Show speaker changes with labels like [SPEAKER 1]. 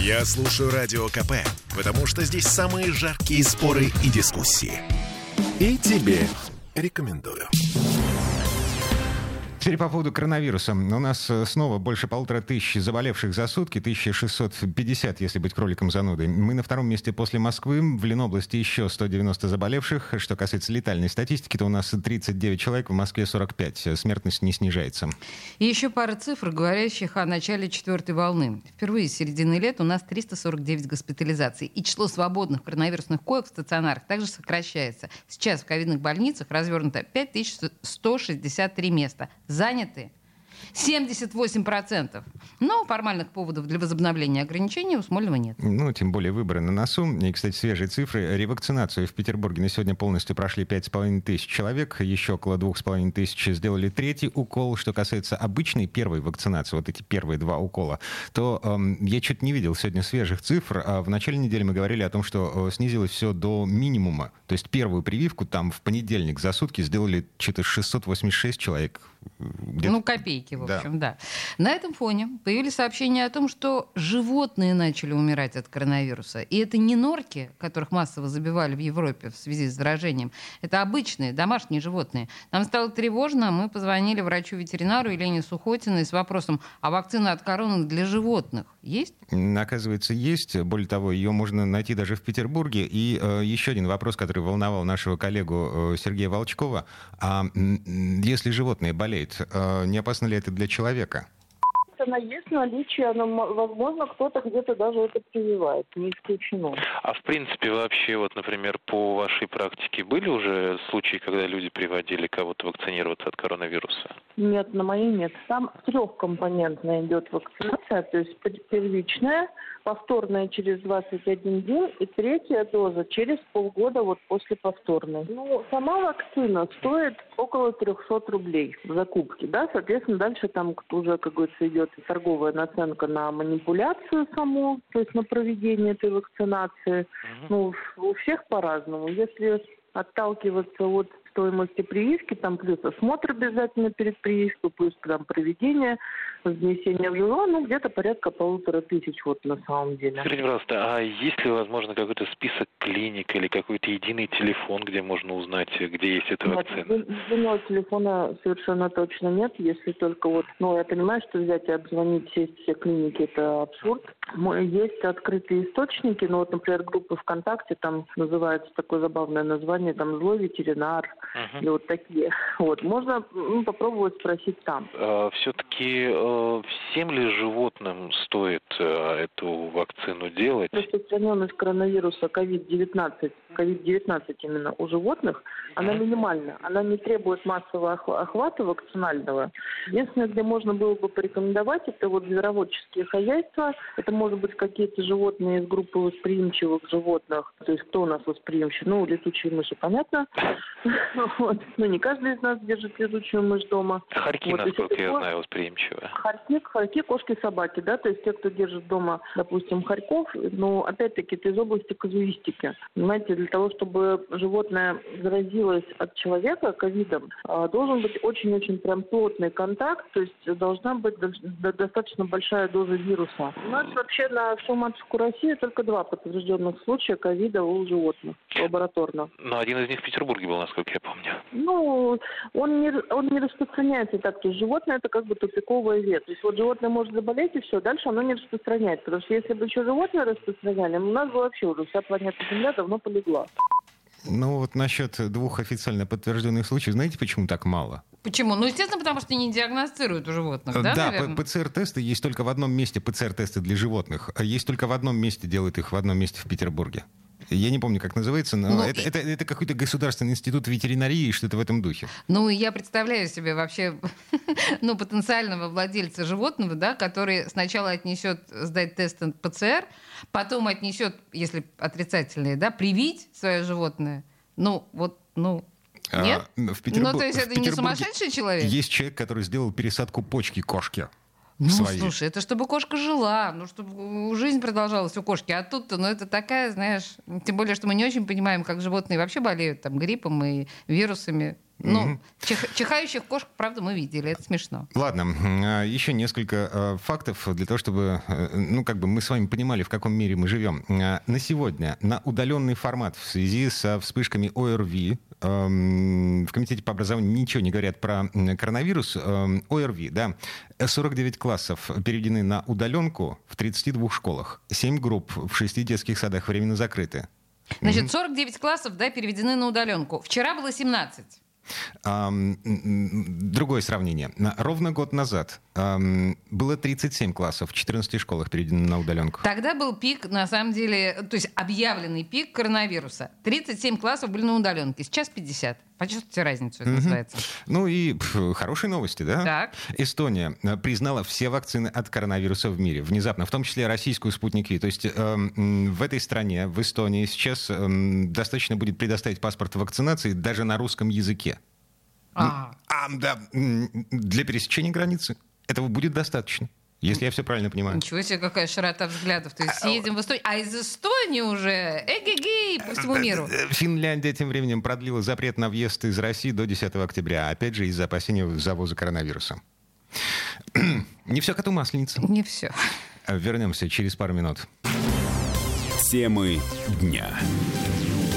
[SPEAKER 1] Я слушаю Радио КП, потому что здесь самые жаркие споры и дискуссии. И тебе рекомендую.
[SPEAKER 2] Теперь по поводу коронавируса. У нас снова больше 1500 заболевших за сутки, 1650, если быть кроликом-занудой. Мы на втором месте после Москвы. В Ленобласти еще 190 заболевших. Что касается летальной статистики, то у нас 39 человек, в Москве 45. Смертность не снижается.
[SPEAKER 3] И еще пара цифр, говорящих о начале четвертой волны. Впервые с середины лета у нас 349 госпитализаций. И число свободных коронавирусных коек в стационарах также сокращается. Сейчас в ковидных больницах развернуто 5163 места. Заняты 78%. Но формальных поводов для возобновления ограничений у Смольного нет.
[SPEAKER 2] Ну, тем более выборы на носу. И, кстати, свежие цифры. Ревакцинацию в Петербурге на сегодня полностью прошли 5500 человек. Еще около 2500 сделали третий укол. Что касается обычной первой вакцинации, вот эти первые два укола, то я что-то не видел сегодня свежих цифр. В начале недели мы говорили о том, что снизилось все до минимума. То есть первую прививку там в понедельник за сутки сделали что-то 686 человек. Где-то...
[SPEAKER 3] Ну, копейки, в общем, да. На этом фоне появились сообщения о том, что животные начали умирать от коронавируса. И это не норки, которых массово забивали в Европе в связи с заражением. Это обычные домашние животные. Нам стало тревожно, мы позвонили врачу-ветеринару Елене Сухотиной с вопросом, а вакцина от короны для животных есть?
[SPEAKER 2] Оказывается, есть. Более того, ее можно найти даже в Петербурге. И еще один вопрос, который волновал нашего коллегу Сергея Волчкова. А если животное болеет, не опасно ли это для человека?
[SPEAKER 4] Она есть, наличие, она, возможно, кто-то где-то даже это прививает, не исключено.
[SPEAKER 5] А в принципе вообще, вот, например, по вашей практике были уже случаи, когда люди приводили кого-то вакцинироваться от коронавируса?
[SPEAKER 4] Нет, на моей нет. Там трехкомпонентная идет вакцинация, то есть первичная, повторная через 21 день и третья доза через полгода вот после повторной. Ну, сама вакцина стоит около 300 рублей в закупке, да, соответственно, дальше там уже, как говорится, идет торговая наценка на манипуляцию саму, то есть на проведение этой вакцинации. Ну, у всех по-разному. Если отталкиваться от стоимости прививки, там плюс осмотр обязательно перед прививкой, плюс там проведение, внесение в ЖРО, ну, где-то порядка 1500 вот на самом деле.
[SPEAKER 5] Скажите, пожалуйста, а есть ли, возможно, какой-то список клиник или какой-то единый телефон, где можно узнать, где есть эта вакцина?
[SPEAKER 4] Единого телефона совершенно точно нет, если только вот, ну, я понимаю, что взять и обзвонить все клиники, это абсурд. Есть открытые источники, ну, вот, например, группа ВКонтакте, там называется такое забавное название, там «Злой ветеринар», и вот такие. Вот. Можно попробовать спросить там.
[SPEAKER 5] Все-таки всем ли животным стоит эту вакцину делать?
[SPEAKER 4] Распространенность коронавируса COVID-19 именно у животных, она минимальна. Она не требует массового охвата вакцинального. Единственное, где можно было бы порекомендовать, это вот звероводческие хозяйства. Это, может быть, какие-то животные из группы восприимчивых животных. То есть кто у нас восприимчив? Ну, летучие мыши, понятно. Вот. Ну, не каждый из нас держит летучую мышь дома.
[SPEAKER 5] Хорьки, вот, насколько я знаю, восприимчивые.
[SPEAKER 4] Хорьки, кошки, собаки, да, то есть те, кто держит дома, допустим, хорьков, но опять-таки это из области казуистики. Понимаете, для того, чтобы животное заразилось от человека ковидом, должен быть очень-очень прям плотный контакт, то есть должна быть достаточно большая доза вируса. У нас вообще на всю матушку России только 2 подтвержденных случая ковида у животных лабораторно.
[SPEAKER 5] Но один из них в Петербурге был, насколько я помню.
[SPEAKER 4] Ну, он не распространяется так. То есть животное это как бы тупиковая ветвь. То есть вот животное может заболеть и все, дальше оно не распространяется. Потому что если бы еще животное распространяли, у нас бы вообще уже вся планета Земля давно полегла.
[SPEAKER 2] Ну вот насчет 2 официально подтвержденных случаев, знаете, почему так мало?
[SPEAKER 3] Почему? Ну, естественно, потому что не диагностируют у животных, да,
[SPEAKER 2] Да,
[SPEAKER 3] наверное?
[SPEAKER 2] ПЦР-тесты есть только в одном месте, ПЦР-тесты для животных. Есть только в одном месте, делают их в одном месте в Петербурге. Я не помню, как называется, но это какой-то государственный институт ветеринарии, что-то в этом духе.
[SPEAKER 3] Ну, я представляю себе вообще потенциального владельца животного, да, который сначала отнесет сдать тест ПЦР, потом отнесет, если отрицательные, да, привить свое животное. Ну, вот, ну... Нет? Ну, то есть это не сумасшедший человек?
[SPEAKER 2] Есть человек, который сделал пересадку почки кошке.
[SPEAKER 3] Ну, слушай, это чтобы кошка жила, ну, чтобы жизнь продолжалась у кошки. А тут-то, ну, это такая, знаешь... Тем более, что мы не очень понимаем, как животные вообще болеют там гриппом и вирусами. Ну, чихающих кошек, правда, мы видели, это смешно.
[SPEAKER 2] Ладно, еще несколько фактов для того, чтобы, мы с вами понимали, в каком мире мы живем. На сегодня на удаленный формат в связи со вспышками ОРВИ, в Комитете по образованию ничего не говорят про коронавирус, ОРВИ, да, 49 классов переведены на удаленку в 32 школах, 7 групп в 6 детских садах временно закрыты.
[SPEAKER 3] Значит, 49 классов, да, переведены на удаленку. Вчера было 17.
[SPEAKER 2] Другое сравнение. Ровно год назад было 37 классов в 14 школах переведено на удаленку.
[SPEAKER 3] Тогда был пик, на самом деле, то есть объявленный пик коронавируса. 37 классов были на удаленке, сейчас 50. Почувствуйте разницу, это называется.
[SPEAKER 2] Ну и хорошие новости, да?
[SPEAKER 3] Так.
[SPEAKER 2] Эстония признала все вакцины от коронавируса в мире, внезапно, в том числе российскую «Спутник Ви». То есть в этой стране, в Эстонии, сейчас достаточно будет предоставить паспорт вакцинации даже на русском языке. Да, для пересечения границы этого будет достаточно, если я все правильно понимаю.
[SPEAKER 3] Ничего себе, какая широта взглядов. То есть съедем в Эстонию, а из Эстонии уже эгегей по всему миру.
[SPEAKER 2] Финляндия тем временем продлила запрет на въезд из России до 10 октября, опять же из-за опасения завоза коронавируса. Не все коту масленица.
[SPEAKER 3] Не все.
[SPEAKER 2] Вернемся через пару минут.
[SPEAKER 1] Темы дня.